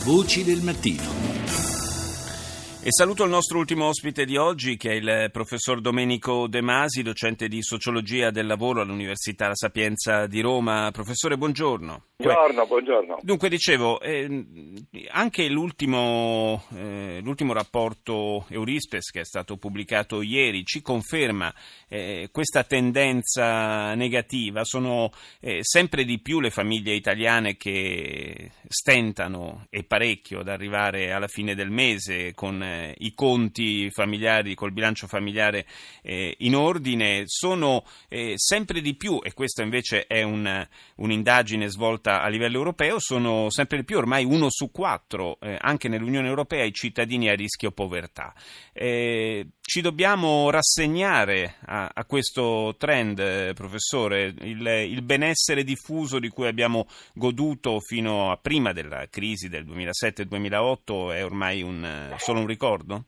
Voci del mattino. E saluto il nostro ultimo ospite di oggi, che è il professor Domenico De Masi, docente di Sociologia del Lavoro all'Università La Sapienza di Roma. Professore, buongiorno. Buongiorno. Dunque, dicevo, anche l'ultimo rapporto Eurispes, che è stato pubblicato ieri, ci conferma questa tendenza negativa. Sono sempre di più le famiglie italiane che stentano, e parecchio, ad arrivare alla fine del mese con i conti familiari, col bilancio familiare in ordine. Sono sempre di più, e questa invece è un'indagine svolta a livello europeo, sono sempre di più, ormai 1 su 4 anche nell'Unione Europea, i cittadini a rischio povertà. Ci dobbiamo rassegnare a questo trend, professore? Il benessere diffuso di cui abbiamo goduto fino a prima della crisi del 2007-2008 è ormai solo un ricordo?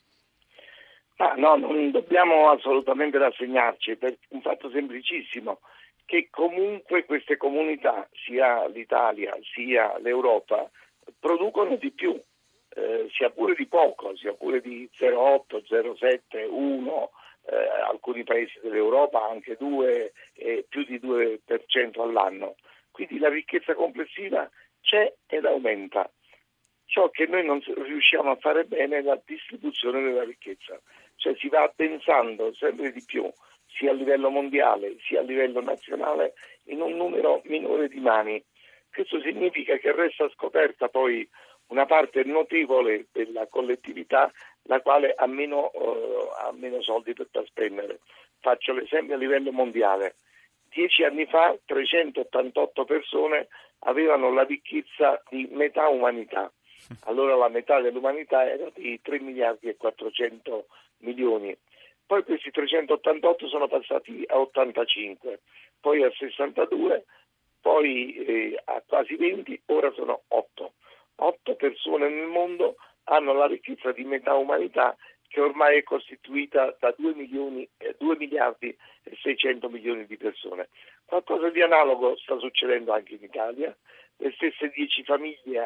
No, non dobbiamo assolutamente rassegnarci, per un fatto semplicissimo, che comunque queste comunità, sia l'Italia sia l'Europa, producono di più, sia pure di poco, sia pure di 0,8, 0,7, 1, alcuni paesi dell'Europa anche 2, più di 2% all'anno. Quindi la ricchezza complessiva c'è ed aumenta. Ciò che noi non riusciamo a fare bene è la distribuzione della ricchezza, cioè si va addensando sempre di più, sia a livello mondiale sia a livello nazionale, in un numero minore di mani. Questo significa che resta scoperta poi una parte notevole della collettività, la quale ha meno soldi da spendere. Faccio l'esempio a livello mondiale. 10 anni fa 388 persone avevano la ricchezza di metà umanità. Allora la metà dell'umanità era di 3 miliardi e 400 milioni. Poi questi 388 sono passati a 85, poi a 62, poi a quasi 20, ora sono 8. 8 persone nel mondo hanno la ricchezza di metà umanità, che ormai è costituita da 2 miliardi e 600 milioni di persone. Qualcosa di analogo sta succedendo anche in Italia. Le stesse 10 famiglie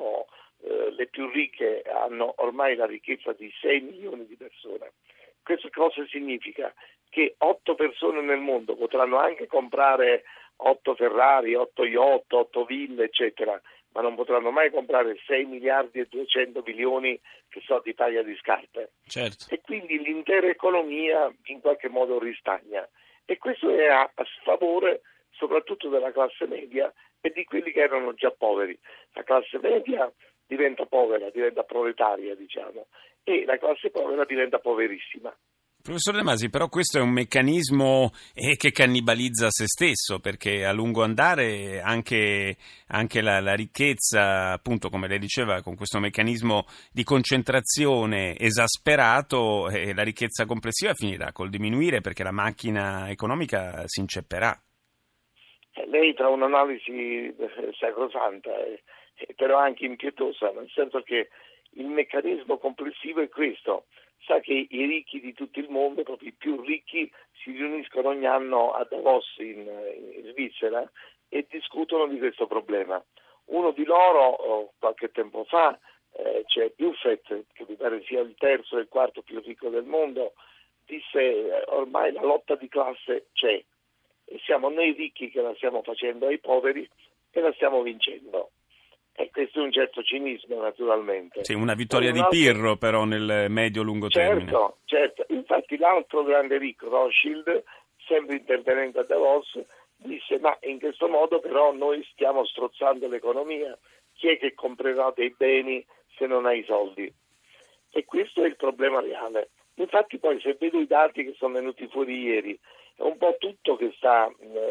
le più ricche hanno ormai la ricchezza di 6 milioni di persone. Questo cosa significa? Che 8 persone nel mondo potranno anche comprare 8 Ferrari, 8 yacht, 8 ville, eccetera, ma non potranno mai comprare 6 miliardi e 200 milioni di paia di scarpe. Certo. E quindi l'intera economia in qualche modo ristagna. E questo è a sfavore soprattutto della classe media e di quelli che erano già poveri. La classe media diventa povera, diventa proletaria, diciamo, e la classe povera diventa poverissima. Professor De Masi, però questo è un meccanismo che cannibalizza se stesso, perché a lungo andare anche la ricchezza, appunto, come lei diceva, con questo meccanismo di concentrazione esasperato, la ricchezza complessiva finirà col diminuire, perché la macchina economica si incepperà. Lei tra un'analisi sacrosanta, però anche impietosa, nel senso che il meccanismo complessivo è questo. Sa che i ricchi di tutto il mondo, proprio i più ricchi, si riuniscono ogni anno a Davos in Svizzera e discutono di questo problema. Uno di loro, qualche tempo fa, c'è Buffett, che mi pare sia il terzo e il quarto più ricco del mondo, disse ormai la lotta di classe c'è e siamo noi ricchi che la stiamo facendo ai poveri e la stiamo vincendo. E questo è un certo cinismo, naturalmente. Sì, una vittoria di Pirro, però, nel medio-lungo termine. Certo. Infatti l'altro grande ricco, Rothschild, sempre intervenendo a Davos, disse: ma in questo modo però noi stiamo strozzando l'economia. Chi è che comprerà dei beni se non ha i soldi? E questo è il problema reale. Infatti poi, se vedo i dati che sono venuti fuori ieri, è un po' tutto che sta,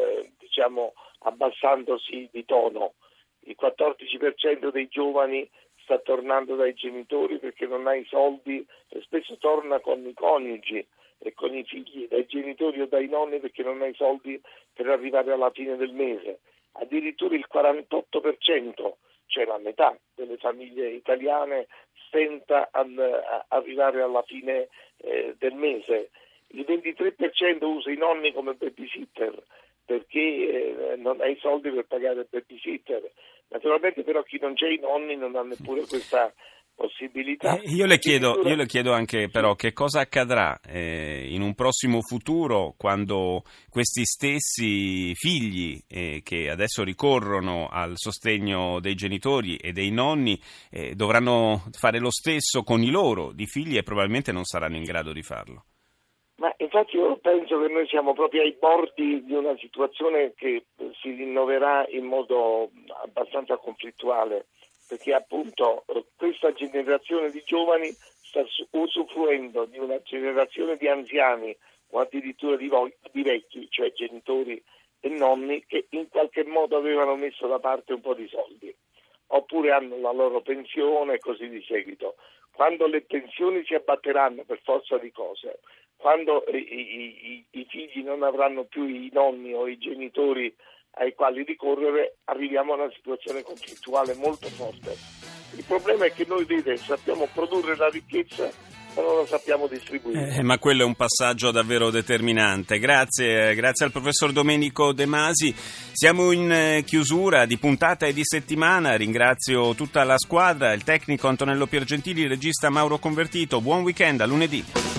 abbassandosi di tono. Il 14% dei giovani sta tornando dai genitori perché non ha i soldi e spesso torna con i coniugi e con i figli dai genitori o dai nonni perché non ha i soldi per arrivare alla fine del mese. Addirittura il 48%, cioè la metà delle famiglie italiane, stenta ad arrivare alla fine del mese. Il 23% usa i nonni come babysitter perché non ha i soldi per pagare il babysitter. Naturalmente però chi non c'è i nonni non ha neppure questa possibilità. Io le chiedo anche però che cosa accadrà in un prossimo futuro quando questi stessi figli che adesso ricorrono al sostegno dei genitori e dei nonni dovranno fare lo stesso con i loro di figli e probabilmente non saranno in grado di farlo. Ma infatti io penso che noi siamo proprio ai bordi di una situazione che si rinnoverà in modo abbastanza conflittuale, perché appunto questa generazione di giovani sta usufruendo di una generazione di anziani o addirittura di vecchi, cioè genitori e nonni, che in qualche modo avevano messo da parte un po' di soldi, oppure hanno la loro pensione e così di seguito. Quando le pensioni si abbatteranno per forza di cose, quando i figli non avranno più i nonni o i genitori ai quali ricorrere, arriviamo a una situazione conflittuale molto forte. Il problema è che noi sappiamo produrre la ricchezza, ma non la sappiamo distribuire. Ma quello è un passaggio davvero determinante. Grazie al professor Domenico De Masi. Siamo in chiusura di puntata e di settimana. Ringrazio tutta la squadra, il tecnico Antonello Piergentili, il regista Mauro Convertito. Buon weekend, a lunedì.